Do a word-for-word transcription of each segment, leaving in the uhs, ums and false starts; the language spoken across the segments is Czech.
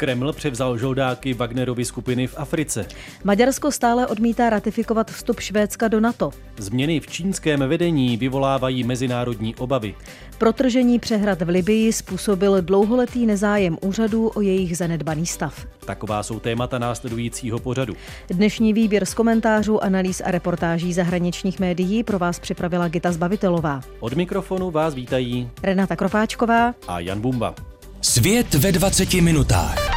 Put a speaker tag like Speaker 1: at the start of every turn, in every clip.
Speaker 1: Kreml převzal žoldáky Wagnerovy skupiny v Africe.
Speaker 2: Maďarsko stále odmítá ratifikovat vstup Švédska do NATO.
Speaker 1: Změny v čínském vedení vyvolávají mezinárodní obavy.
Speaker 2: Protržení přehrad v Libyi způsobil dlouholetý nezájem úřadů o jejich zanedbaný stav.
Speaker 1: Taková jsou témata následujícího pořadu.
Speaker 2: Dnešní výběr z komentářů, analýz a reportáží zahraničních médií pro vás připravila Gita Zbavitelová.
Speaker 1: Od mikrofonu vás vítají
Speaker 2: Renata Kropáčková
Speaker 1: a Jan Bumba.
Speaker 3: Svět ve dvaceti minutách.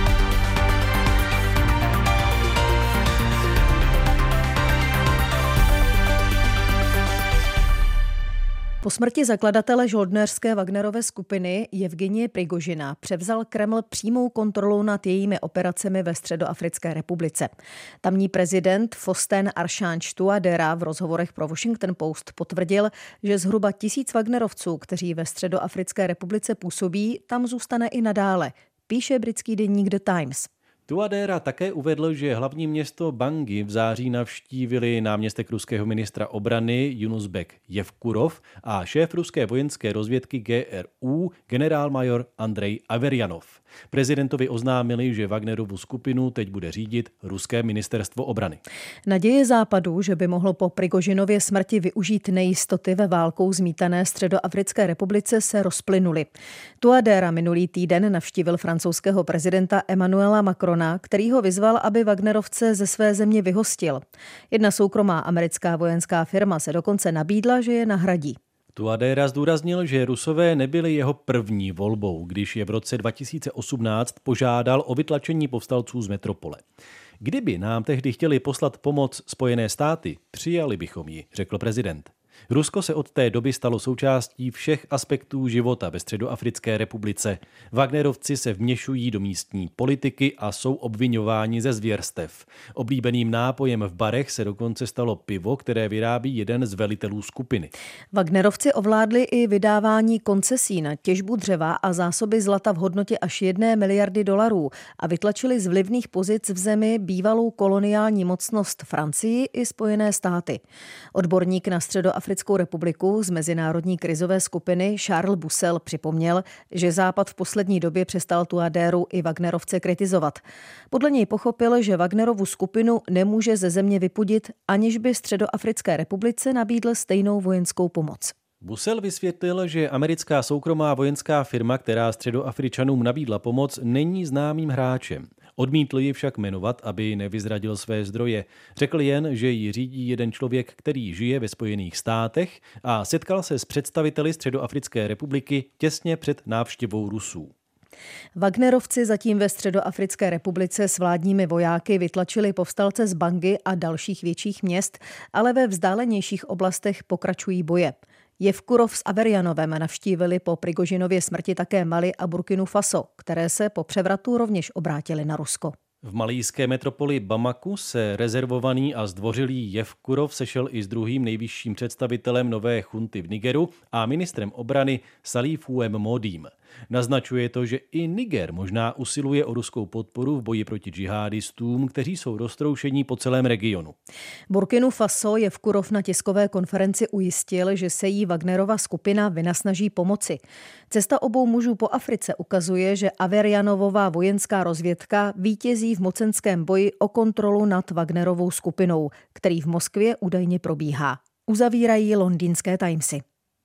Speaker 2: Po smrti zakladatele žoldnéřské Wagnerovy skupiny Jevgenije Prigožina převzal Kreml přímou kontrolu nad jejími operacemi ve Středoafrické republice. Tamní prezident Faustin Archange Touadéra v rozhovorech pro Washington Post potvrdil, že zhruba tisíc Wagnerovců, kteří ve Středoafrické republice působí, tam zůstane i nadále, píše britský deník The Times.
Speaker 1: Touadéra také uvedl, že hlavní město Bangui v září navštívili náměstek ruského ministra obrany Yunusbek Jevkurov a šéf ruské vojenské rozvědky G R U generálmajor Andrej Averjanov. Prezidentovi oznámili, že Wagnerovu skupinu teď bude řídit ruské ministerstvo obrany.
Speaker 2: Naděje Západu, že by mohl po Prigožinově smrti využít nejistoty ve válkou zmítané Středoafrické republice, se rozplynuly. Touadéra minulý týden navštívil francouzského prezidenta Emmanuela Macrona, který ho vyzval, aby Wagnerovce ze své země vyhostil. Jedna soukromá americká vojenská firma se dokonce nabídla, že je nahradí.
Speaker 1: Touadéra zdůraznil, že Rusové nebyli jeho první volbou, když je v roce dva tisíce osmnáct požádal o vytlačení povstalců z metropole. Kdyby nám tehdy chtěli poslat pomoc Spojené státy, přijali bychom ji, řekl prezident. Rusko se od té doby stalo součástí všech aspektů života ve Středoafrické republice. Wagnerovci se vměšují do místní politiky a jsou obviňováni ze zvěrstev. Oblíbeným nápojem v barech se dokonce stalo pivo, které vyrábí jeden z velitelů skupiny.
Speaker 2: Wagnerovci ovládli i vydávání koncesí na těžbu dřeva a zásoby zlata v hodnotě až jedné miliardy dolarů a vytlačili z vlivných pozic v zemi bývalou koloniální mocnost Francii i Spojené státy. Odborník na Středoafrickou Africkou republiku z mezinárodní krizové skupiny Charles Bussell připomněl, že Západ v poslední době přestal Touadéru i Wagnerovce kritizovat. Podle něj pochopil, že Wagnerovu skupinu nemůže ze země vypudit, aniž by Středoafrické republice nabídl stejnou vojenskou pomoc.
Speaker 1: Bussell vysvětlil, že americká soukromá vojenská firma, která Středoafričanům nabídla pomoc, není známým hráčem. Odmítl ji však jmenovat, aby nevyzradil své zdroje. Řekl jen, že ji řídí jeden člověk, který žije ve Spojených státech a setkal se s představiteli Středoafrické republiky těsně před návštěvou Rusů.
Speaker 2: Wagnerovci zatím ve Středoafrické republice s vládními vojáky vytlačili povstalce z Bangui a dalších větších měst, ale ve vzdálenějších oblastech pokračují boje. Jevkurov s Averjanovem navštívili po Prigožinově smrti také Mali a Burkinu Faso, které se po převratu rovněž obrátily na Rusko.
Speaker 1: V malijské metropoli Bamaku se rezervovaný a zdvořilý Jevkurov sešel i s druhým nejvyšším představitelem nové chunty v Nigeru a ministrem obrany Salifouem Modím. Naznačuje to, že i Niger možná usiluje o ruskou podporu v boji proti džihadistům, kteří jsou roztroušení po celém regionu.
Speaker 2: Burkinu Faso Jevkurov na tiskové konferenci ujistil, že se jí Wagnerova skupina vynasnaží pomoci. Cesta obou mužů po Africe ukazuje, že Averjanovová vojenská rozvědka vítězí v mocenském boji o kontrolu nad Wagnerovou skupinou, který v Moskvě údajně probíhá. Uzavírají londýnské Timesy.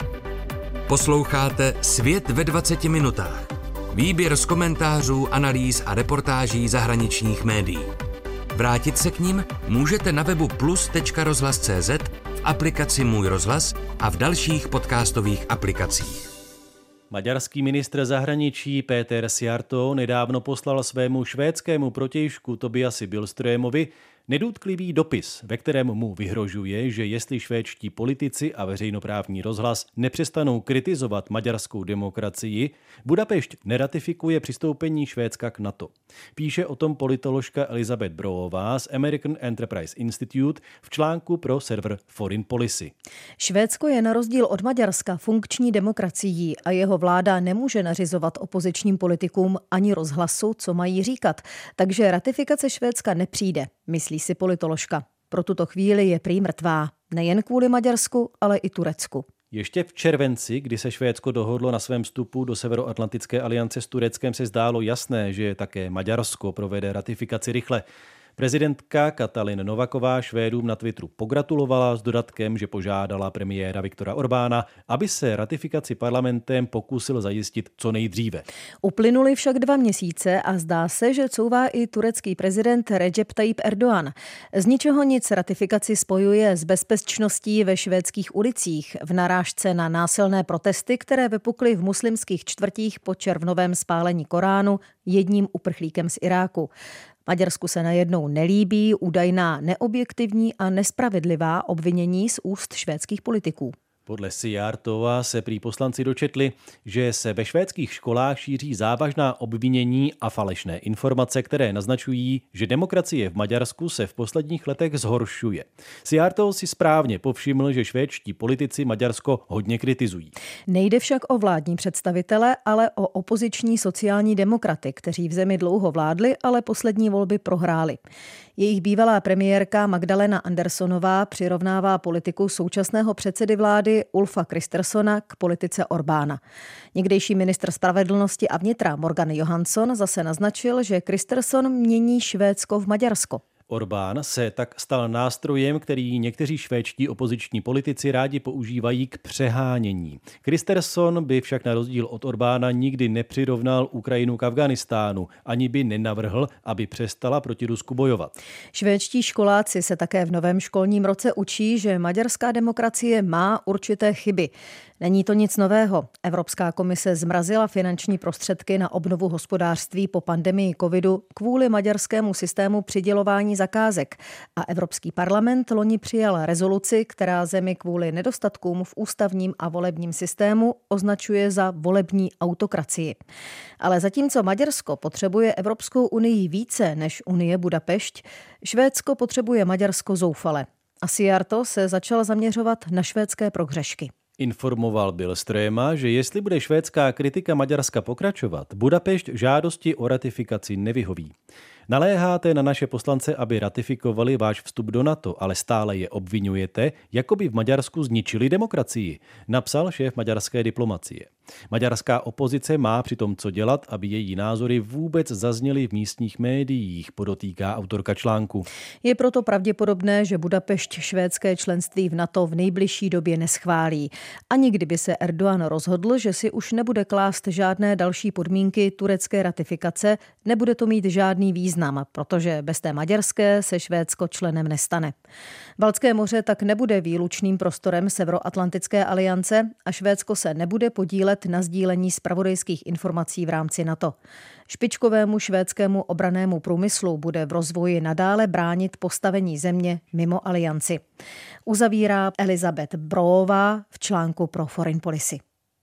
Speaker 3: Posloucháte Svět ve dvaceti minutách. Výběr z komentářů, analýz a reportáží zahraničních médií. Vrátit se k nim můžete na webu plus tečka rozhlas tečka cé zet, v aplikaci Můj rozhlas a v dalších podcastových aplikacích.
Speaker 1: Maďarský ministr zahraničí Péter Szijjártó nedávno poslal svému švédskému protějšku Tobiasi Billströmovi nedůtklivý dopis, ve kterém mu vyhrožuje, že jestli švédští politici a veřejnoprávní rozhlas nepřestanou kritizovat maďarskou demokracii, Budapešť neratifikuje přistoupení Švédska k NATO. Píše o tom politoložka Elizabeth Broová z American Enterprise Institute v článku pro server Foreign Policy.
Speaker 2: Švédsko je na rozdíl od Maďarska funkční demokracií a jeho vláda nemůže nařizovat opozičním politikům ani rozhlasu, co mají říkat, takže ratifikace Švédska nepřijde, myslí si politoložka. Pro tuto chvíli je prý mrtvá, nejen kvůli Maďarsku, ale i Turecku.
Speaker 1: Ještě v červenci, kdy se Švédsko dohodlo na svém vstupu do Severoatlantické aliance s Tureckem, se zdálo jasné, že také Maďarsko provede ratifikaci rychle. Prezidentka Katalin Novaková Švédům na Twitteru pogratulovala s dodatkem, že požádala premiéra Viktora Orbána, aby se ratifikaci parlamentem pokusil zajistit co nejdříve.
Speaker 2: Uplynuly však dva měsíce a zdá se, že couvá i turecký prezident Recep Tayyip Erdogan. Z ničeho nic ratifikaci spojuje s bezpečností ve švédských ulicích v narážce na násilné protesty, které vypukly v muslimských čtvrtích po červnovém spálení Koránu jedním uprchlíkem z Iráku. Maďarsku se najednou nelíbí údajná neobjektivní a nespravedlivá obvinění z úst švédských politiků.
Speaker 1: Podle Sijartova se prý poslanci dočetli, že se ve švédských školách šíří závažná obvinění a falešné informace, které naznačují, že demokracie v Maďarsku se v posledních letech zhoršuje. Sijartov si správně povšiml, že švédští politici Maďarsko hodně kritizují.
Speaker 2: Nejde však o vládní představitele, ale o opoziční sociální demokraty, kteří v zemi dlouho vládli, ale poslední volby prohráli. Jejich bývalá premiérka Magdalena Anderssonová přirovnává politiku současného předsedy vlády Ulfa Kristerssona k politice Orbána. Někdejší ministr spravedlnosti a vnitra Morgan Johansson zase naznačil, že Kristersson mění Švédsko v Maďarsko.
Speaker 1: Orbán se tak stal nástrojem, který někteří švédští opoziční politici rádi používají k přehánění. Kristersson by však na rozdíl od Orbána nikdy nepřirovnal Ukrajinu k Afghánistánu, ani by nenavrhl, aby přestala proti Rusku bojovat.
Speaker 2: Švédští školáci se také v novém školním roce učí, že maďarská demokracie má určité chyby. Není to nic nového. Evropská komise zmrazila finanční prostředky na obnovu hospodářství po pandemii covidu kvůli maďarskému systému přidělování zakázek. A Evropský parlament loni přijal rezoluci, která zemi kvůli nedostatkům v ústavním a volebním systému označuje za volební autokracii. Ale zatímco Maďarsko potřebuje Evropskou unii více než Unie Budapešť, Švédsko potřebuje Maďarsko zoufale. A Sijarto se začal zaměřovat na švédské prohřešky.
Speaker 1: Informoval Billströma, že jestli bude švédská kritika Maďarska pokračovat, Budapešť žádosti o ratifikaci nevyhoví. Naléháte na naše poslance, aby ratifikovali váš vstup do NATO, ale stále je obvinujete, jako by v Maďarsku zničili demokracii, napsal šéf maďarské diplomacie. Maďarská opozice má přitom co dělat, aby její názory vůbec zazněly v místních médiích, podotýká autorka článku.
Speaker 2: Je proto pravděpodobné, že Budapešť švédské členství v NATO v nejbližší době neschválí. Ani kdyby se Erdogan rozhodl, že si už nebude klást žádné další podmínky turecké ratifikace, nebude to mít žádný význam, protože bez té maďarské se Švédsko členem nestane. Baltské moře tak nebude výlučným prostorem Severoatlantické aliance a Švédsko se nebude podílet na sdílení zpravodajských informací v rámci NATO. Špičkovému švédskému obrannému průmyslu bude v rozvoji nadále bránit postavení země mimo alianci. Uzavírá Elizabeth Broová v článku pro Foreign Policy.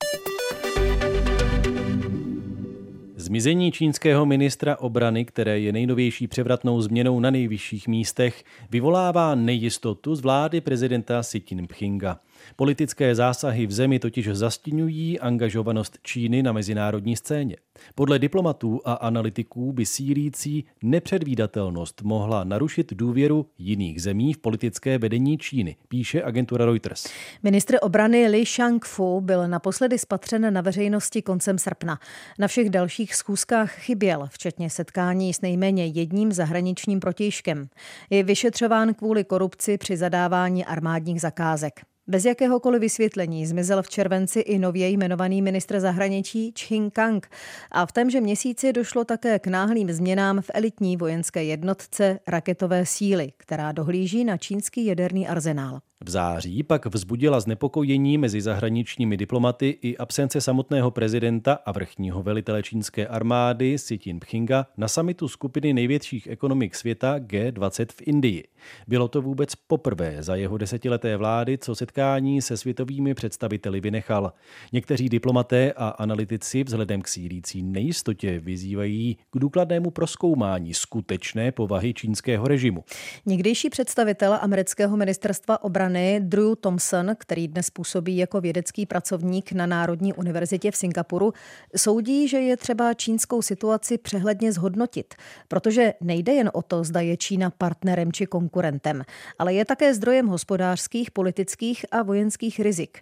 Speaker 1: Zmizení čínského ministra obrany, které je nejnovější převratnou změnou na nejvyšších místech, vyvolává nejistotu z vlády prezidenta Xi Jinpinga. Politické zásahy v zemi totiž zastíňují angažovanost Číny na mezinárodní scéně. Podle diplomatů a analytiků by sílící nepředvídatelnost mohla narušit důvěru jiných zemí v politické vedení Číny, píše agentura Reuters.
Speaker 2: Ministr obrany Li Shangfu byl naposledy spatřen na veřejnosti koncem srpna. Na všech dalších schůzkách chyběl, včetně setkání s nejméně jedním zahraničním protějškem. Je vyšetřován kvůli korupci při zadávání armádních zakázek. Bez jakéhokoliv vysvětlení zmizel v červenci i nově jmenovaný ministr zahraničí Čching Kang a v témže měsíci došlo také k náhlým změnám v elitní vojenské jednotce raketové síly, která dohlíží na čínský jaderný arzenál.
Speaker 1: V září pak vzbudila znepokojení mezi zahraničními diplomaty i absence samotného prezidenta a vrchního velitele čínské armády Xi Jinpinga na summitu skupiny největších ekonomik světa G dvacet v Indii. Bylo to vůbec poprvé za jeho desetileté vlády, co setkání se světovými představiteli vynechal. Někteří diplomaté a analytici vzhledem k sílící nejistotě vyzývají k důkladnému prozkoumání skutečné povahy čínského režimu.
Speaker 2: Někdejší představitel amerického ministerstva obrany Drew Thompson, který dnes působí jako vědecký pracovník na Národní univerzitě v Singapuru, soudí, že je třeba čínskou situaci přehledně zhodnotit, protože nejde jen o to, zda je Čína partnerem či konkurentem, ale je také zdrojem hospodářských, politických a vojenských rizik.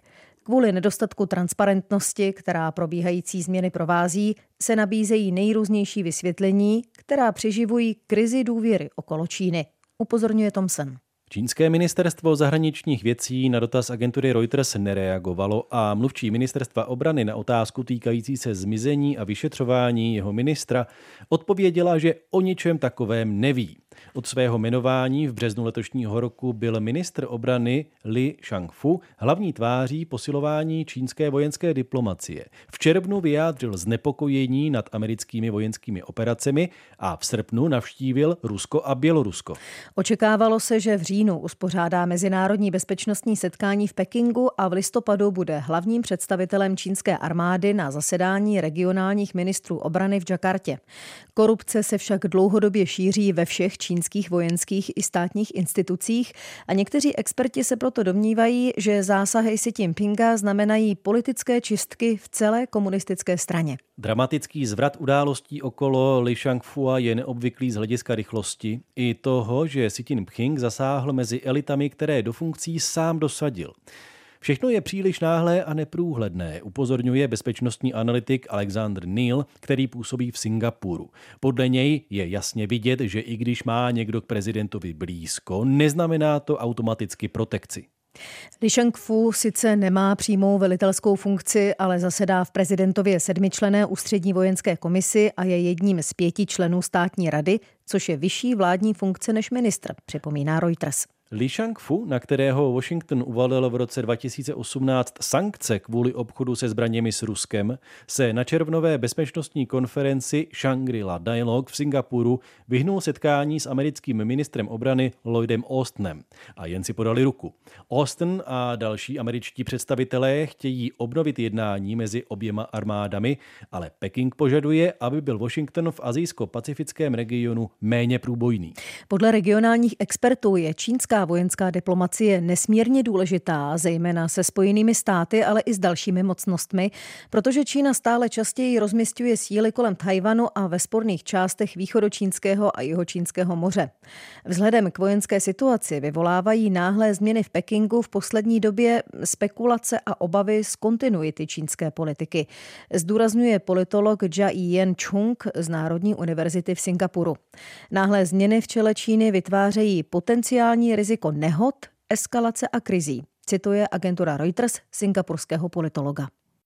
Speaker 2: Kvůli nedostatku transparentnosti, která probíhající změny provází, se nabízejí nejrůznější vysvětlení, která přiživují krizi důvěry okolo Číny, upozorňuje Thomson.
Speaker 1: Čínské ministerstvo zahraničních věcí na dotaz agentury Reuters nereagovalo a mluvčí ministerstva obrany na otázku týkající se zmizení a vyšetřování jeho ministra odpověděla, že o ničem takovém neví. Od svého jmenování v březnu letošního roku byl ministr obrany Li Shangfu hlavní tváří posilování čínské vojenské diplomacie. V červnu vyjádřil znepokojení nad americkými vojenskými operacemi a v srpnu navštívil Rusko a Bělorusko.
Speaker 2: Očekávalo se, že v říjnu uspořádá mezinárodní bezpečnostní setkání v Pekingu a v listopadu bude hlavním představitelem čínské armády na zasedání regionálních ministrů obrany v Jakartě. Korupce se však dlouhodobě šíří ve všech čínských vojenských i státních institucích a někteří experti se proto domnívají, že zásahy Xi Jinpinga znamenají politické čistky v celé komunistické straně.
Speaker 1: Dramatický zvrat událostí okolo Li Shangfua je neobvyklý z hlediska rychlosti i toho, že Xi Jinping zasáhl mezi elitami, které do funkcí sám dosadil. Všechno je příliš náhlé a neprůhledné, upozorňuje bezpečnostní analytik Alexander Neil, který působí v Singapuru. Podle něj je jasně vidět, že i když má někdo k prezidentovi blízko, neznamená to automaticky protekci.
Speaker 2: Li Shangfu sice nemá přímou velitelskou funkci, ale zasedá v prezidentově sedmičlenné ústřední vojenské komisi a je jedním z pěti členů státní rady, což je vyšší vládní funkce než ministr, připomíná Reuters.
Speaker 1: Li Shangfu, na kterého Washington uvalil v roce dva tisíce osmnáct sankce kvůli obchodu se zbraněmi s Ruskem, se na červnové bezpečnostní konferenci Shangri-La Dialogue v Singapuru vyhnul setkání s americkým ministrem obrany Lloydem Austinem a jen si podali ruku. Austin a další američtí představitelé chtějí obnovit jednání mezi oběma armádami, ale Peking požaduje, aby byl Washington v asijsko-pacifickém regionu méně průbojný.
Speaker 2: Podle regionálních expertů je čínská vojenská diplomacie nesmírně důležitá, zejména se Spojenými státy, ale i s dalšími mocnostmi, protože Čína stále častěji rozmisťuje síly kolem Tchaj-wanu a ve sporných částech východočínského a jihočínského moře. Vzhledem k vojenské situaci vyvolávají náhlé změny v Pekingu v poslední době spekulace a obavy z kontinuity čínské politiky, zdůrazňuje politolog Jia-Yen Chung z Národní univerzity v Singapuru. Náhlé změny v čele Číny vytvářejí potenciální riziko nehod, eskalace a krizí, cituje agentura Reuters singapurského politologa.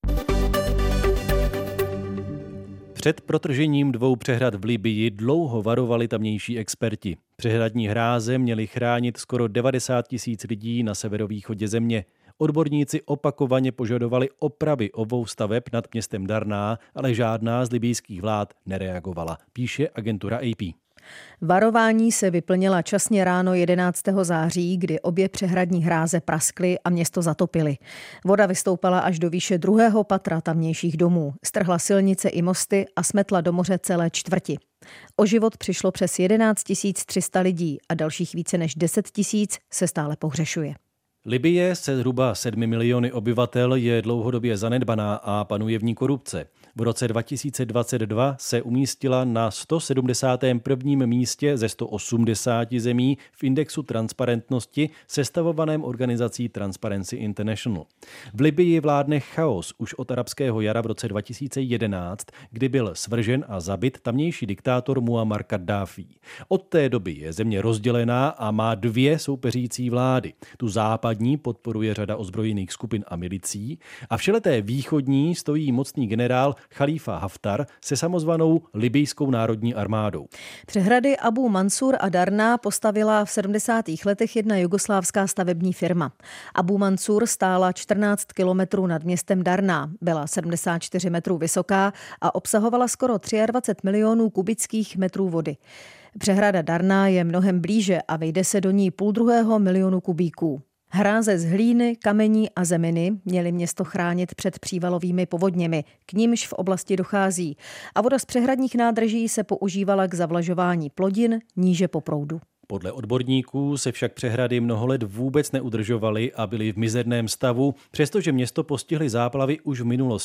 Speaker 1: Před protržením dvou přehrad v Libyi dlouho varovali tamnější experti. Přehradní hráze měly chránit skoro devadesát tisíc lidí na severovýchodě země. Odborníci opakovaně požadovali opravy obou staveb nad městem Darná, ale žádná z libijských vlád nereagovala, píše agentura A P.
Speaker 2: Varování se vyplnila časně ráno jedenáctého září, kdy obě přehradní hráze praskly a město zatopily. Voda vystoupala až do výše druhého patra tamnějších domů, strhla silnice i mosty a smetla do moře celé čtvrti. O život přišlo přes jedenáct tisíc tři sta lidí a dalších více než deset tisíc se stále pohřešuje.
Speaker 1: Libye se zhruba sedmi miliony obyvatel je dlouhodobě zanedbaná a panuje v ní korupce. V roce dva tisíce dvacet dva se umístila na sto sedmdesátém prvním místě ze sto osmdesáti zemí v indexu transparentnosti sestavovaném organizací Transparency International. V Libyi vládne chaos už od arabského jara v roce dva tisíce jedenáct, kdy byl svržen a zabit tamnější diktátor Muammar Kaddáfí. Od té doby je země rozdělená a má dvě soupeřící vlády. Tu západní podporuje řada ozbrojených skupin a milicí a v čele té východní stojí mocný generál Chalífa Haftar se samozvanou libijskou národní armádou.
Speaker 2: Přehrady Abu Mansur a Darna postavila v sedmdesátých letech jedna jugoslávská stavební firma. Abu Mansur stála čtrnáct kilometrů nad městem Darna, byla sedmdesát čtyři metrů vysoká a obsahovala skoro dvacet tři milionů kubických metrů vody. Přehrada Darna je mnohem blíže a vejde se do ní půl druhého milionu kubíků. Hráze z hlíny, kamení a zeminy měly město chránit před přívalovými povodněmi, k nimž v oblasti dochází, a voda z přehradních nádrží se používala k zavlažování plodin níže po proudu.
Speaker 1: Podle odborníků se však přehrady mnoho let vůbec neudržovaly a byly v mizerném stavu, přestože město postihly záplavy už v minulosti.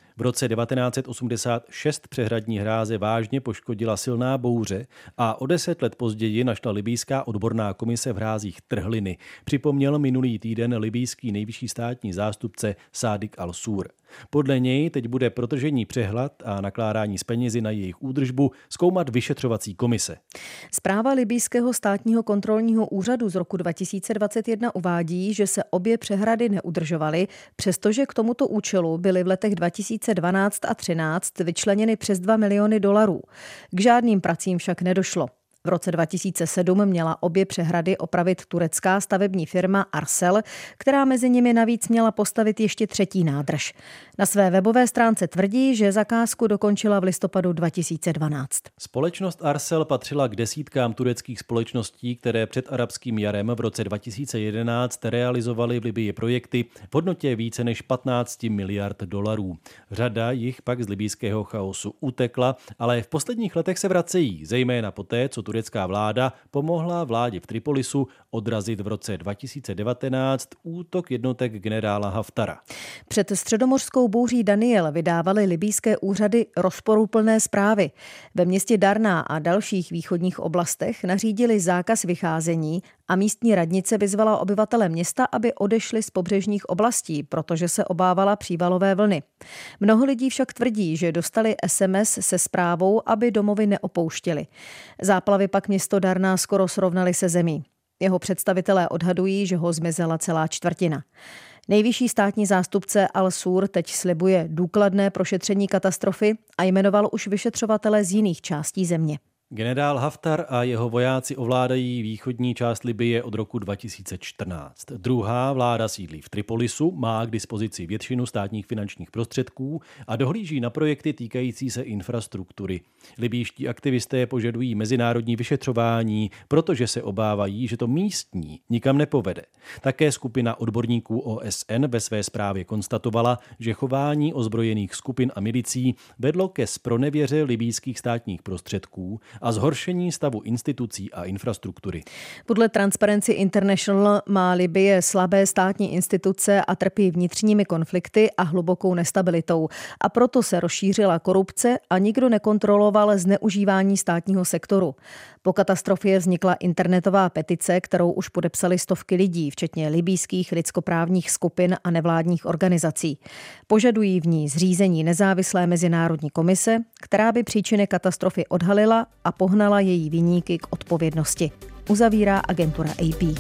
Speaker 1: V roce devatenáct set osmdesát šest přehradní hráze vážně poškodila silná bouře a o deset let později našla libýská odborná komise v hrázích trhliny, připomněl minulý týden libýský nejvyšší státní zástupce Sádik al-Sur. Podle něj teď bude protržení přehlad a nakládání s penězi na jejich údržbu zkoumat vyšetřovací komise.
Speaker 2: Zpráva libýského státního kontrolního úřadu z roku dva tisíce dvacet jedna uvádí, že se obě přehrady neudržovaly, přestože k tomuto účelu byly v letech dva tisíce dvanáct a třináct vyčleněny přes dva miliony dolarů. K žádným pracím však nedošlo. V roce dva tisíce sedm měla obě přehrady opravit turecká stavební firma Arcel, která mezi nimi navíc měla postavit ještě třetí nádrž. Na své webové stránce tvrdí, že zakázku dokončila v listopadu dva tisíce dvanáct.
Speaker 1: Společnost Arcel patřila k desítkám tureckých společností, které před arabským jarem v roce dva tisíce jedenáct realizovaly v Libyi projekty v hodnotě více než patnáct miliard dolarů. Řada jich pak z libýského chaosu utekla, ale v posledních letech se vracejí, zejména poté, co turecká vláda pomohla vládě v Tripolisu odrazit v roce dva tisíce devatenáct útok jednotek generála Haftara.
Speaker 2: Před středomořskou bouří Daniel vydávaly libýské úřady rozporuplné zprávy. Ve městě Darna a dalších východních oblastech nařídili zákaz vycházení a místní radnice vyzvala obyvatele města, aby odešli z pobřežních oblastí, protože se obávala přívalové vlny. Mnoho lidí však tvrdí, že dostali es em es se zprávou, aby domovy neopouštěli. Záplavy pak město Darna skoro srovnaly se zemí. Jeho představitelé odhadují, že ho zmizela celá čtvrtina. Nejvyšší státní zástupce al-Sur teď slibuje důkladné prošetření katastrofy a jmenoval už vyšetřovatele z jiných částí země.
Speaker 1: Generál Haftar a jeho vojáci ovládají východní část Libye od roku dva tisíce čtrnáct. Druhá vláda sídlí v Tripolisu, má k dispozici většinu státních finančních prostředků a dohlíží na projekty týkající se infrastruktury. Libýští aktivisté požadují mezinárodní vyšetřování, protože se obávají, že to místní nikam nepovede. Také skupina odborníků O S N ve své zprávě konstatovala, že chování ozbrojených skupin a milicí vedlo ke zpronevěře libýských státních prostředků a zhoršení stavu institucí a infrastruktury.
Speaker 2: Podle Transparency International má Libye slabé státní instituce a trpí vnitřními konflikty a hlubokou nestabilitou. A proto se rozšířila korupce a nikdo nekontroloval zneužívání státního sektoru. Po katastrofě vznikla internetová petice, kterou už podepsali stovky lidí, včetně libýských lidskoprávních skupin a nevládních organizací. Požadují v ní zřízení nezávislé mezinárodní komise, která by příčiny katastrofy odhalila a pohnala její viníky k odpovědnosti. Uzavírá agentura A P.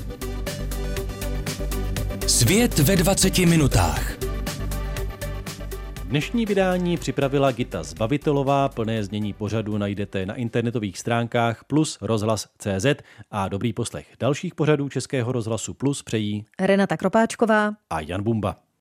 Speaker 3: Svět ve dvaceti minutách.
Speaker 1: Dnešní vydání připravila Gita Zbavitelová, plné znění pořadu najdete na internetových stránkách plus rozhlas tečka cé zet a dobrý poslech dalších pořadů Českého rozhlasu Plus přejí
Speaker 2: Renata Kropáčková
Speaker 1: a Jan Bumba.